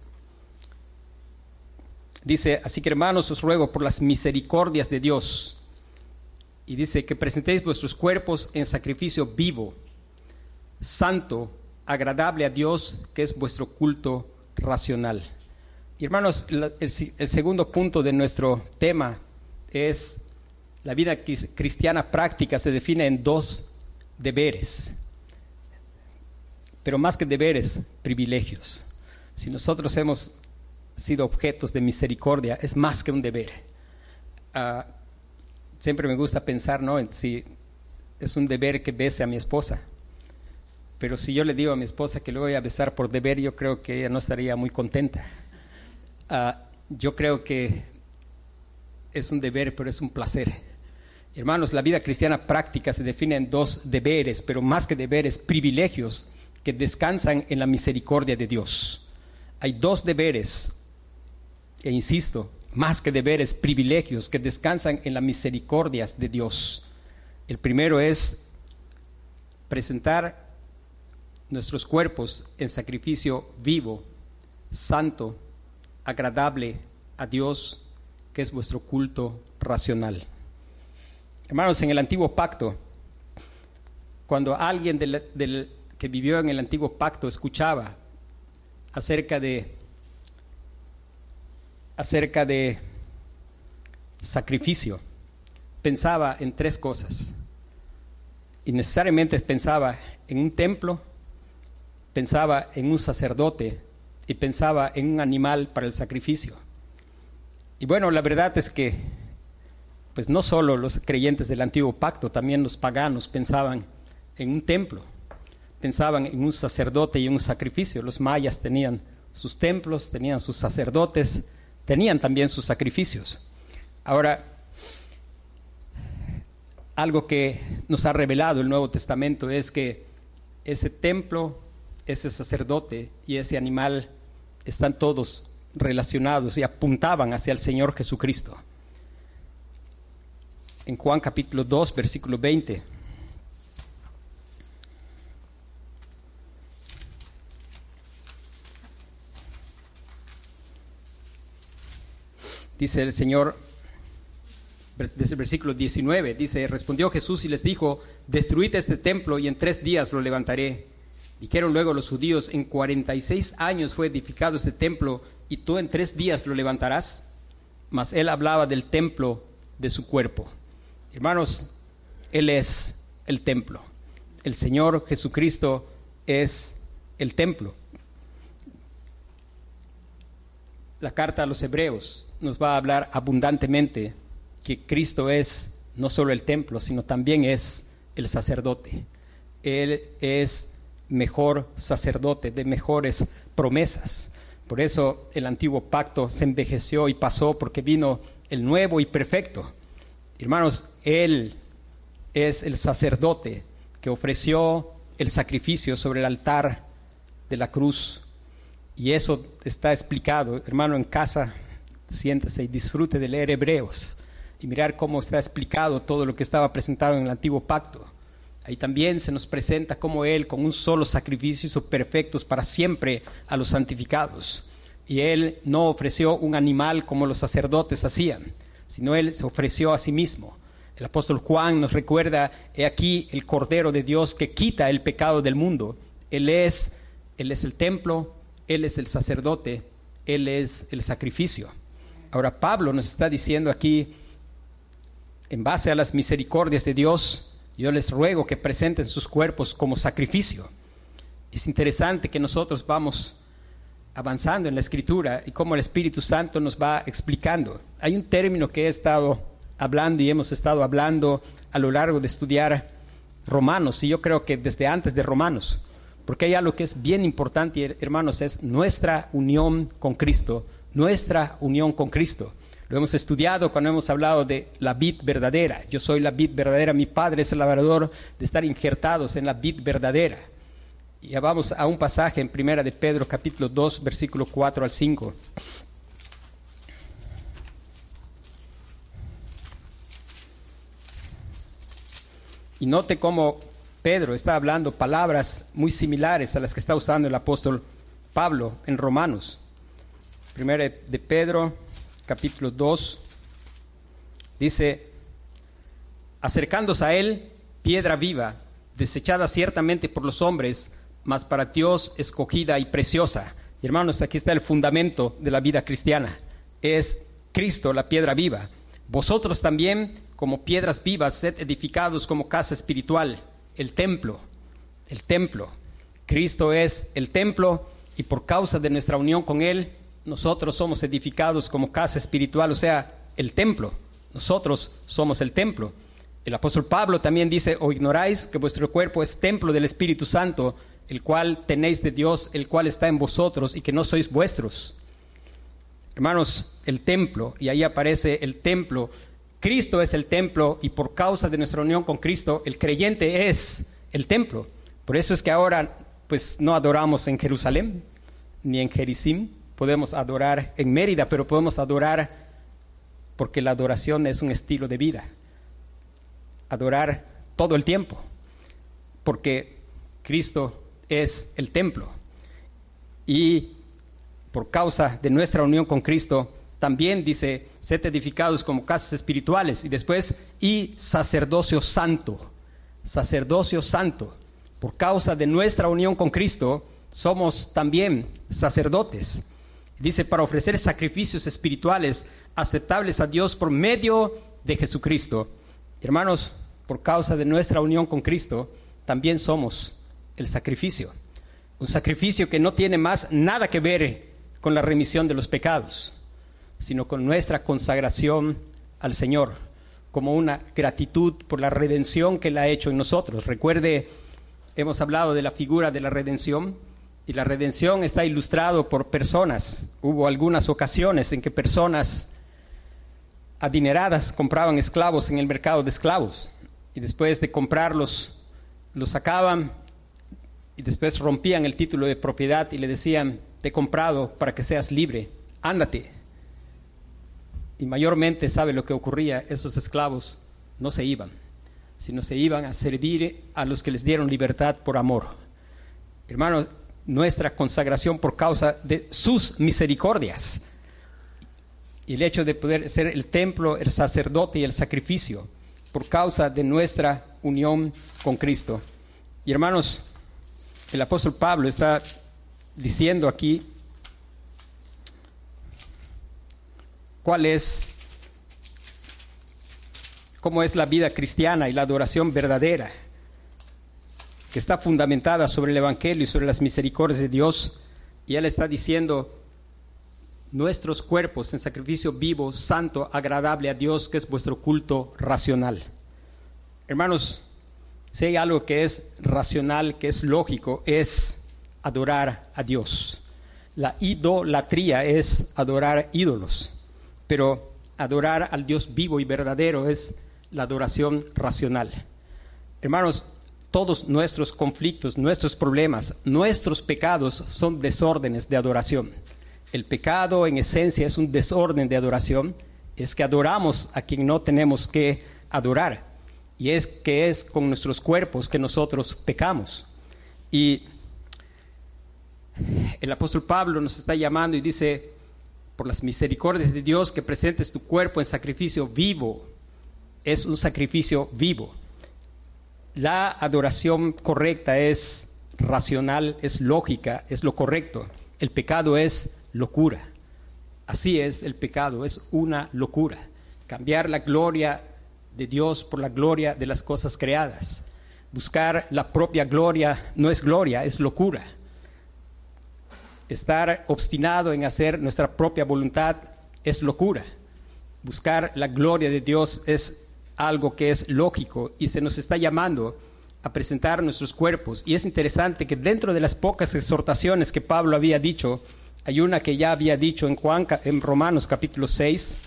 dice, así que hermanos, os ruego por las misericordias de Dios. Y dice que presentéis vuestros cuerpos en sacrificio vivo, santo, agradable a Dios, que es vuestro culto racional. Y hermanos, el, el, el segundo punto de nuestro tema es la vida cristiana práctica. Se define en dos deberes, pero más que deberes, privilegios. Si nosotros hemos sido objetos de misericordia, es más que un deber. Uh, siempre me gusta pensar, ¿no?, en si es un deber que bese a mi esposa, pero si yo le digo a mi esposa que le voy a besar por deber, yo creo que ella no estaría muy contenta. Uh, yo creo que es un deber, pero es un placer. Hermanos, la vida cristiana práctica se define en dos deberes, pero más que deberes, privilegios que descansan en la misericordia de Dios. Hay dos deberes, e insisto, más que deberes, privilegios que descansan en las misericordias de Dios. El primero es presentar nuestros cuerpos en sacrificio vivo, santo, agradable a Dios, que es vuestro culto racional. Hermanos, en el antiguo pacto, cuando alguien del, del, que vivió en el antiguo pacto escuchaba acerca de acerca de sacrificio, pensaba en tres cosas. Y necesariamente pensaba en un templo, pensaba en un sacerdote y pensaba en un animal para el sacrificio. Y bueno, la verdad es que pues no solo los creyentes del antiguo pacto, también los paganos pensaban en un templo, pensaban en un sacerdote y un sacrificio. Los mayas tenían sus templos, tenían sus sacerdotes, tenían también sus sacrificios. Ahora, algo que nos ha revelado el Nuevo Testamento es que ese templo, ese sacerdote y ese animal están todos relacionados y apuntaban hacia el Señor Jesucristo. En Juan capítulo dos, versículo veinte. Dice el Señor, desde el versículo diecinueve, dice, respondió Jesús y les dijo, destruid este templo y en tres días lo levantaré. Dijeron luego los judíos, en cuarenta y seis años fue edificado este templo y tú en tres días lo levantarás. Mas él hablaba del templo de su cuerpo. Hermanos, él es el templo. El Señor Jesucristo es el templo. La carta a los Hebreos nos va a hablar abundantemente que Cristo es no solo el templo, sino también es el sacerdote. Él es mejor sacerdote, de mejores promesas. Por eso el antiguo pacto se envejeció y pasó, porque vino el nuevo y perfecto. Hermanos, Él es el sacerdote que ofreció el sacrificio sobre el altar de la cruz. Y eso está explicado. Hermano, en casa, siéntese y disfrute de leer Hebreos y mirar cómo está explicado todo lo que estaba presentado en el antiguo pacto. Ahí también se nos presenta cómo Él con un solo sacrificio hizo perfectos para siempre a los santificados. Y Él no ofreció un animal como los sacerdotes hacían, sino Él se ofreció a sí mismo. El apóstol Juan nos recuerda, he aquí el Cordero de Dios que quita el pecado del mundo. Él es, Él es el templo, Él es el sacerdote, Él es el sacrificio. Ahora Pablo nos está diciendo aquí, en base a las misericordias de Dios, yo les ruego que presenten sus cuerpos como sacrificio. Es interesante que nosotros vamos avanzando en la Escritura y cómo el Espíritu Santo nos va explicando. Hay un término que he estado hablando y hemos estado hablando a lo largo de estudiar Romanos, y yo creo que desde antes de Romanos, porque hay algo que es bien importante, hermanos, es nuestra unión con Cristo, nuestra unión con Cristo. Lo hemos estudiado cuando hemos hablado de la vid verdadera. Yo soy la vid verdadera, mi Padre es el labrador, de estar injertados en la vid verdadera. Y ya vamos a un pasaje en Primera de Pedro, capítulo dos, versículo cuatro al cinco. Y note cómo Pedro está hablando palabras muy similares a las que está usando el apóstol Pablo en Romanos. Primera de Pedro, capítulo dos, dice: acercándose a él, piedra viva, desechada ciertamente por los hombres, mas para Dios escogida y preciosa. Y hermanos, aquí está el fundamento de la vida cristiana. Es Cristo, la piedra viva. Vosotros también, como piedras vivas, sed edificados como casa espiritual, el templo, el templo. Cristo es el templo, y por causa de nuestra unión con Él, nosotros somos edificados como casa espiritual, o sea, el templo. Nosotros somos el templo. El apóstol Pablo también dice: ¿o ignoráis que vuestro cuerpo es templo del Espíritu Santo, el cual tenéis de Dios, el cual está en vosotros, y que no sois vuestros? Hermanos, el templo, y ahí aparece el templo. Cristo es el templo, y por causa de nuestra unión con Cristo, el creyente es el templo. Por eso es que ahora pues no adoramos en Jerusalén, ni en Gerizim. Podemos adorar en Mérida, pero podemos adorar porque la adoración es un estilo de vida. Adorar todo el tiempo, porque Cristo es el templo. Y por causa de nuestra unión con Cristo, también dice: sed edificados como casas espirituales. Y después, y sacerdocio santo. Sacerdocio santo. Por causa de nuestra unión con Cristo, somos también sacerdotes. Dice: para ofrecer sacrificios espirituales aceptables a Dios por medio de Jesucristo. Hermanos, por causa de nuestra unión con Cristo, también somos el sacrificio. Un sacrificio que no tiene más nada que ver con la remisión de los pecados, sino con nuestra consagración al Señor, como una gratitud por la redención que Él ha hecho en nosotros. Recuerde, hemos hablado de la figura de la redención, y la redención está ilustrado por personas. Hubo algunas ocasiones en que personas adineradas compraban esclavos en el mercado de esclavos, y después de comprarlos, los sacaban, y después rompían el título de propiedad y le decían: te he comprado para que seas libre, ándate. Y mayormente, ¿sabe lo que ocurría? Esos esclavos no se iban, sino se iban a servir a los que les dieron libertad por amor. Hermanos, nuestra consagración por causa de sus misericordias, y el hecho de poder ser el templo, el sacerdote y el sacrificio, por causa de nuestra unión con Cristo. Y hermanos, el apóstol Pablo está diciendo aquí cuál es, cómo es la vida cristiana y la adoración verdadera. que está fundamentada sobre el Evangelio y sobre las misericordias de Dios. Y Él está diciendo, nuestros cuerpos en sacrificio vivo, santo, agradable a Dios, que es vuestro culto racional. Hermanos, si hay algo que es racional, que es lógico, es adorar a Dios. La idolatría es adorar ídolos, pero adorar al Dios vivo y verdadero es la adoración racional. Hermanos, todos nuestros conflictos, nuestros problemas, nuestros pecados son desórdenes de adoración. El pecado en esencia es un desorden de adoración, es que adoramos a quien no tenemos que adorar, y es que es con nuestros cuerpos que nosotros pecamos. Y el apóstol Pablo nos está llamando y dice, por las misericordias de Dios, que presentes tu cuerpo en sacrificio vivo. Es un sacrificio vivo. La adoración correcta es racional, es lógica, es lo correcto. El pecado es locura. Así es el pecado, es una locura. Cambiar la gloria de Dios por la gloria de las cosas creadas. Buscar la propia gloria no es gloria, es locura. Estar obstinado en hacer nuestra propia voluntad es locura. Buscar la gloria de Dios es algo que es lógico y se nos está llamando a presentar nuestros cuerpos. Y es interesante que dentro de las pocas exhortaciones que Pablo había dicho, hay una que ya había dicho en, Juan, en Romanos capítulo seis.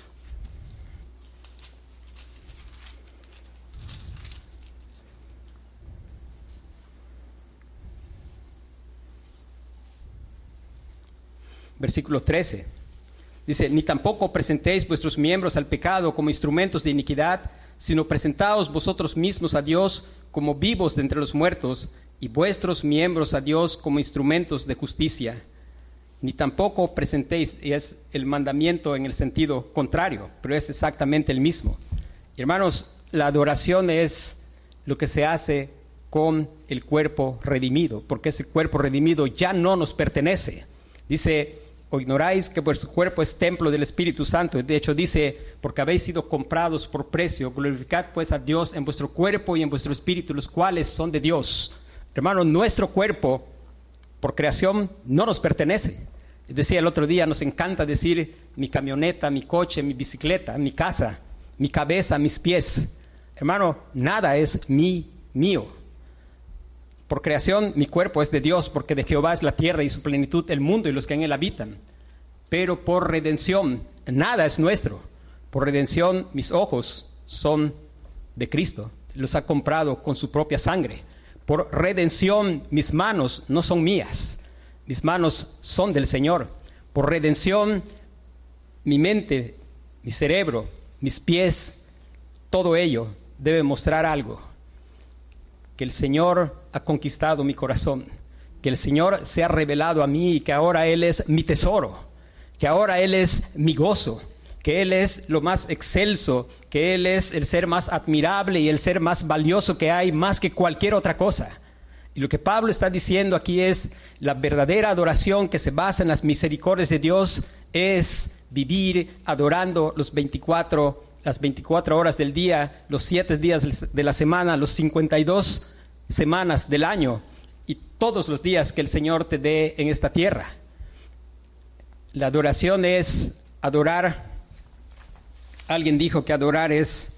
Versículo trece. Dice, ni tampoco presentéis vuestros miembros al pecado como instrumentos de iniquidad, sino presentaos vosotros mismos a Dios como vivos de entre los muertos, y vuestros miembros a Dios como instrumentos de justicia. Ni tampoco presentéis, y es el mandamiento en el sentido contrario, pero es exactamente el mismo. Hermanos, la adoración es lo que se hace con el cuerpo redimido, porque ese cuerpo redimido ya no nos pertenece. Dice, ¿o ignoráis que vuestro cuerpo es templo del Espíritu Santo? De hecho dice, porque habéis sido comprados por precio, glorificad pues a Dios en vuestro cuerpo y en vuestro espíritu, los cuales son de Dios. Hermano, nuestro cuerpo por creación no nos pertenece. Decía el otro día, nos encanta decir mi camioneta, mi coche, mi bicicleta, mi casa, mi cabeza, mis pies. Hermano, nada es mi, mío. Por creación, mi cuerpo es de Dios, porque de Jehová es la tierra y su plenitud, el mundo y los que en él habitan. Pero por redención, nada es nuestro. Por redención, mis ojos son de Cristo. Los ha comprado con su propia sangre. Por redención, mis manos no son mías. Mis manos son del Señor. Por redención, mi mente, mi cerebro, mis pies, todo ello debe mostrar algo. Que el Señor ha conquistado mi corazón, que el Señor se ha revelado a mí y que ahora Él es mi tesoro, que ahora Él es mi gozo, que Él es lo más excelso, que Él es el ser más admirable y el ser más valioso que hay, más que cualquier otra cosa. Y lo que Pablo está diciendo aquí es, la verdadera adoración que se basa en las misericordias de Dios es vivir adorando los veinticuatro las veinticuatro horas del día, los siete días de la semana, los cincuenta y dos semanas del año y todos los días que el Señor te dé en esta tierra. La adoración es adorar. Alguien dijo que adorar es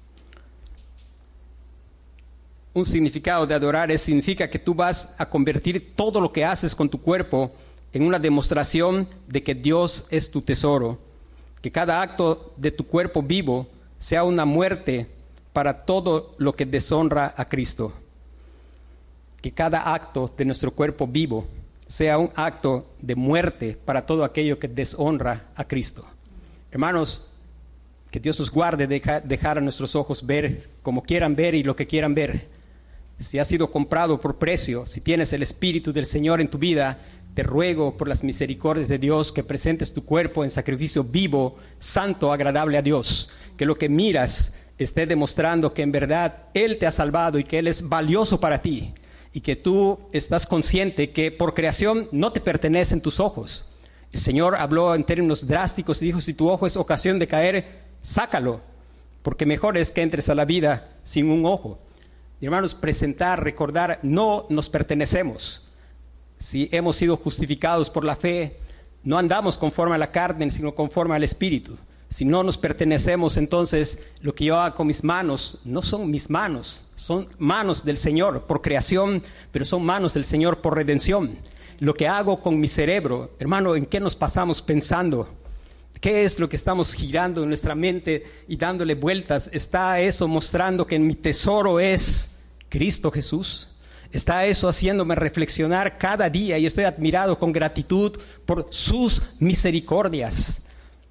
un significado de adorar, es, significa que tú vas a convertir todo lo que haces con tu cuerpo en una demostración de que Dios es tu tesoro. Que cada acto de tu cuerpo vivo sea una muerte para todo lo que deshonra a Cristo. Que cada acto de nuestro cuerpo vivo sea un acto de muerte para todo aquello que deshonra a Cristo. Hermanos, que Dios os guarde de deja, dejar a nuestros ojos ver como quieran ver y lo que quieran ver. Si has sido comprado por precio, si tienes el Espíritu del Señor en tu vida, te ruego por las misericordias de Dios que presentes tu cuerpo en sacrificio vivo, santo, agradable a Dios. Que lo que miras esté demostrando que en verdad Él te ha salvado y que Él es valioso para ti. Y que tú estás consciente que por creación no te pertenecen tus ojos. El Señor habló en términos drásticos y dijo, si tu ojo es ocasión de caer, sácalo. Porque mejor es que entres a la vida sin un ojo. Y hermanos, presentar, recordar, no nos pertenecemos. Si hemos sido justificados por la fe, no andamos conforme a la carne, sino conforme al Espíritu. Si no nos pertenecemos, entonces lo que yo hago con mis manos no son mis manos, son manos del Señor por creación, pero son manos del Señor por redención. Lo que hago con mi cerebro, hermano, ¿en qué nos pasamos pensando? ¿Qué es lo que estamos girando en nuestra mente y dándole vueltas? ¿Está eso mostrando que mi tesoro es Cristo Jesús? ¿Está eso haciéndome reflexionar cada día y estoy admirado con gratitud por sus misericordias?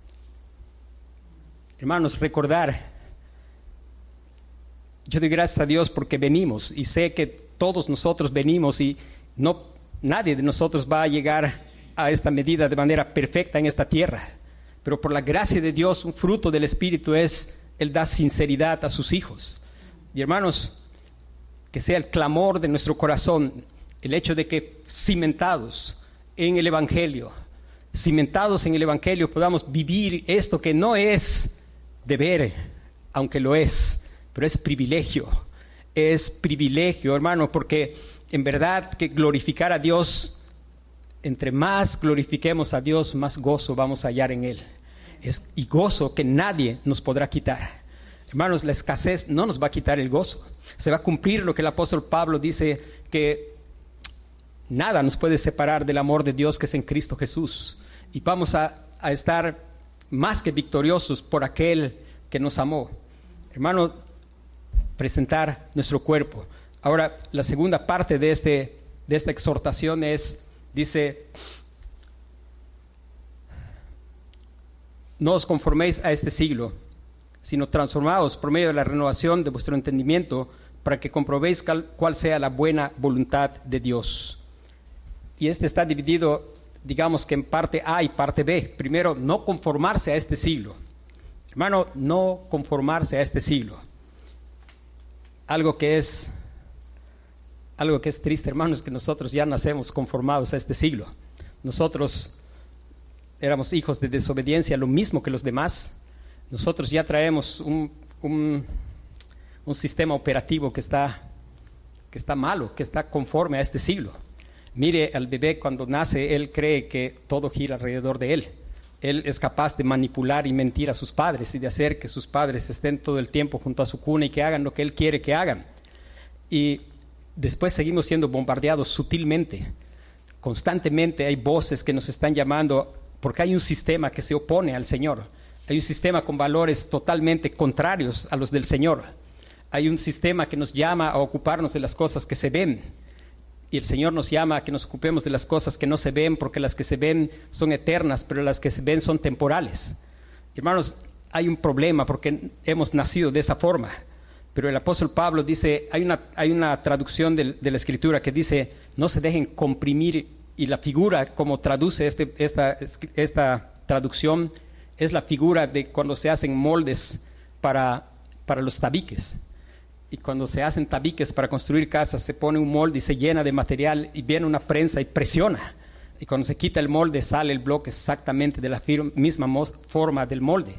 Hermanos, recordar, yo doy gracias a Dios porque venimos y sé que todos nosotros venimos y no, nadie de nosotros va a llegar a esta medida de manera perfecta en esta tierra. Pero por la gracia de Dios, un fruto del Espíritu es Él da sinceridad a sus hijos. Y hermanos, que sea el clamor de nuestro corazón, el hecho de que cimentados en el Evangelio, cimentados en el Evangelio, podamos vivir esto que no es deber, aunque lo es, pero es privilegio, es privilegio, hermano, porque en verdad que glorificar a Dios, entre más glorifiquemos a Dios, más gozo vamos a hallar en Él. Es, y gozo que nadie nos podrá quitar. Hermanos, la escasez no nos va a quitar el gozo. Se va a cumplir lo que el apóstol Pablo dice, que nada nos puede separar del amor de Dios que es en Cristo Jesús. Y vamos a, a estar más que victoriosos por aquel que nos amó. Hermano, presentar nuestro cuerpo. Ahora, la segunda parte de, este, de esta exhortación es, dice, no os conforméis a este siglo, sino transformaos por medio de la renovación de vuestro entendimiento, para que comprobéis cal, cuál sea la buena voluntad de Dios. Y este está dividido, digamos que en parte A y parte B. Primero, no conformarse a este siglo. Hermano, no conformarse a este siglo. Algo que es, algo que es triste, hermano, es que nosotros ya nacemos conformados a este siglo. Nosotros éramos hijos de desobediencia, lo mismo que los demás. Nosotros ya traemos un, un, un sistema operativo que está, que está malo, que está conforme a este siglo. Mire al bebé cuando nace, él cree que todo gira alrededor de él. Él es capaz de manipular y mentir a sus padres y de hacer que sus padres estén todo el tiempo junto a su cuna y que hagan lo que él quiere que hagan. Y después seguimos siendo bombardeados sutilmente. Constantemente hay voces que nos están llamando porque hay un sistema que se opone al Señor. Hay un sistema con valores totalmente contrarios a los del Señor. Hay un sistema que nos llama a ocuparnos de las cosas que se ven. Y el Señor nos llama a que nos ocupemos de las cosas que no se ven, porque las que se ven son eternas, pero las que se ven son temporales. Hermanos, hay un problema porque hemos nacido de esa forma. Pero el apóstol Pablo dice, hay una, hay una traducción de, de la Escritura que dice, no se dejen comprimir, y la figura como traduce este, esta, esta traducción es la figura de cuando se hacen moldes para, para los tabiques. Y cuando se hacen tabiques para construir casas, se pone un molde y se llena de material y viene una prensa y presiona. Y cuando se quita el molde, sale el bloque exactamente de la firma, misma forma del molde.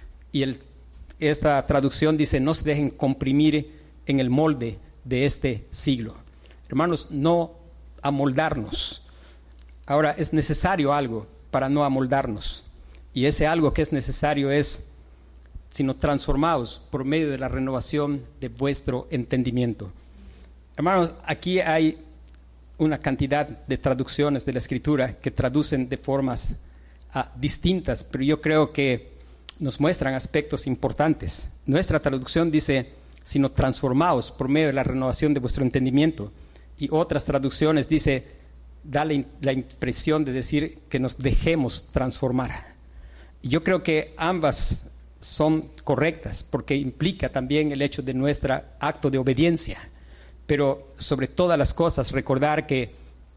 Y el, esta traducción dice, no se dejen comprimir en el molde de este siglo. Hermanos, no amoldarnos. Ahora, es necesario algo para no amoldarnos. Y ese algo que es necesario es, sino transformados por medio de la renovación de vuestro entendimiento. Hermanos, aquí hay una cantidad de traducciones de la Escritura que traducen de formas uh, distintas, pero yo creo que nos muestran aspectos importantes. Nuestra traducción dice, sino transformados por medio de la renovación de vuestro entendimiento. Y otras traducciones dice, da la, la impresión de decir que nos dejemos transformar. Y yo creo que ambas son correctas, porque implica también el hecho de nuestro acto de obediencia, pero sobre todas las cosas recordar que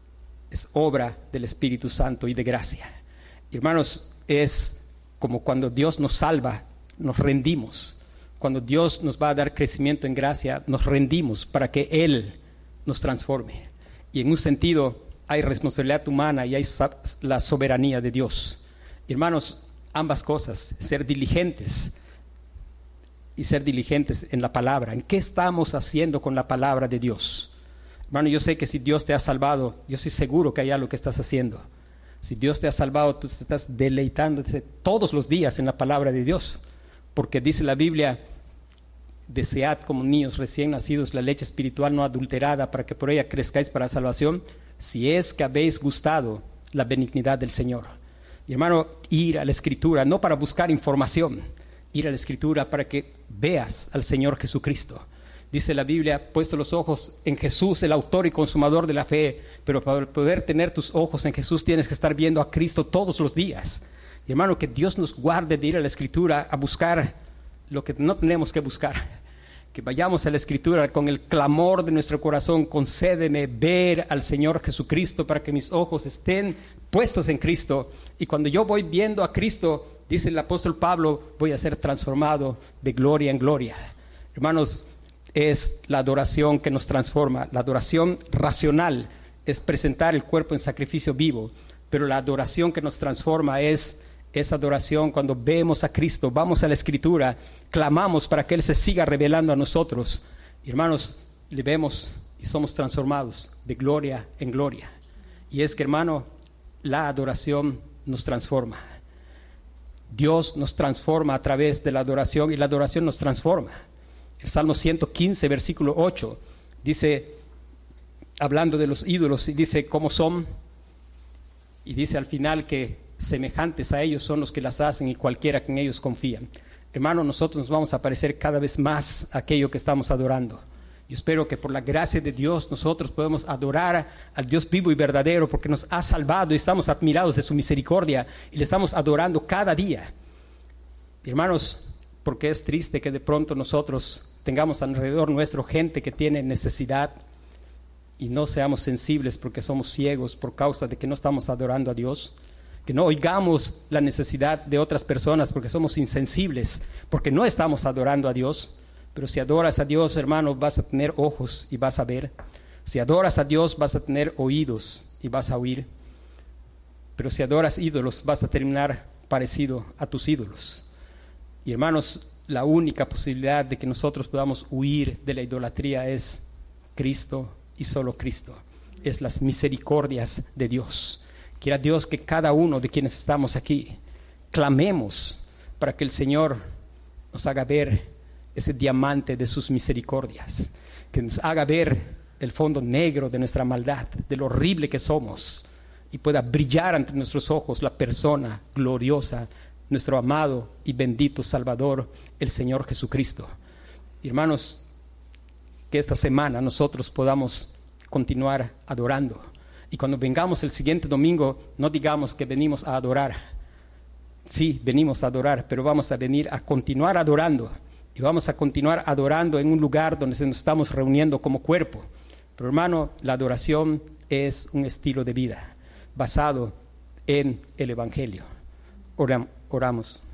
es obra del Espíritu Santo y de gracia. Hermanos, es como cuando Dios nos salva, nos rendimos. Cuando Dios nos va a dar crecimiento en gracia, nos rendimos para que Él nos transforme. Y en un sentido hay responsabilidad humana y hay la soberanía de Dios. Hermanos, ambas cosas, ser diligentes y ser diligentes en la palabra. ¿En qué estamos haciendo con la palabra de Dios? Hermano, yo sé que si Dios te ha salvado, yo estoy seguro que hay algo que estás haciendo. Si Dios te ha salvado, tú te estás deleitándote todos los días en la palabra de Dios. Porque dice la Biblia, desead como niños recién nacidos la leche espiritual no adulterada para que por ella crezcáis para salvación, si es que habéis gustado la benignidad del Señor. Y hermano, ir a la Escritura, no para buscar información, ir a la Escritura para que veas al Señor Jesucristo. Dice la Biblia, puesto los ojos en Jesús, el autor y consumador de la fe, pero para poder tener tus ojos en Jesús tienes que estar viendo a Cristo todos los días. Y hermano, que Dios nos guarde de ir a la Escritura a buscar lo que no tenemos que buscar. Que vayamos a la Escritura con el clamor de nuestro corazón, concédeme ver al Señor Jesucristo para que mis ojos estén puestos en Cristo. Y cuando yo voy viendo a Cristo, dice el apóstol Pablo, voy a ser transformado de gloria en gloria. Hermanos, es la adoración que nos transforma. La adoración racional es presentar el cuerpo en sacrificio vivo, pero la adoración que nos transforma es esa adoración cuando vemos a Cristo, vamos a la Escritura, clamamos para que Él se siga revelando a nosotros. Y hermanos, le vemos y somos transformados de gloria en gloria. Y es que, hermano, la adoración nos transforma. Dios nos transforma a través de la adoración y la adoración nos transforma. El Salmo ciento quince, versículo ocho, dice, hablando de los ídolos, y dice cómo son, y dice al final que semejantes a ellos son los que las hacen y cualquiera que en ellos confían. Hermano, nosotros nos vamos a parecer cada vez más a aquello que estamos adorando. Yo espero que por la gracia de Dios nosotros podemos adorar al Dios vivo y verdadero, porque nos ha salvado y estamos admirados de su misericordia y le estamos adorando cada día. Y hermanos, porque es triste que de pronto nosotros tengamos alrededor nuestro gente que tiene necesidad y no seamos sensibles porque somos ciegos por causa de que no estamos adorando a Dios. Que no oigamos la necesidad de otras personas porque somos insensibles, porque no estamos adorando a Dios. Pero si adoras a Dios, hermano, vas a tener ojos y vas a ver. Si adoras a Dios, vas a tener oídos y vas a oír. Pero si adoras ídolos, vas a terminar parecido a tus ídolos. Y hermanos, la única posibilidad de que nosotros podamos huir de la idolatría es Cristo y solo Cristo. Es las misericordias de Dios. Quiera Dios que cada uno de quienes estamos aquí clamemos para que el Señor nos haga ver ese diamante de sus misericordias, que nos haga ver el fondo negro de nuestra maldad, de lo horrible que somos, y pueda brillar ante nuestros ojos la persona gloriosa, nuestro amado y bendito Salvador, el Señor Jesucristo. Y hermanos, que esta semana nosotros podamos continuar adorando. Y cuando vengamos el siguiente domingo, no digamos que venimos a adorar. Sí, venimos a adorar, pero vamos a venir a continuar adorando. Y vamos a continuar adorando en un lugar donde nos estamos reuniendo como cuerpo. Pero hermano, la adoración es un estilo de vida basado en el Evangelio. Oram, oramos.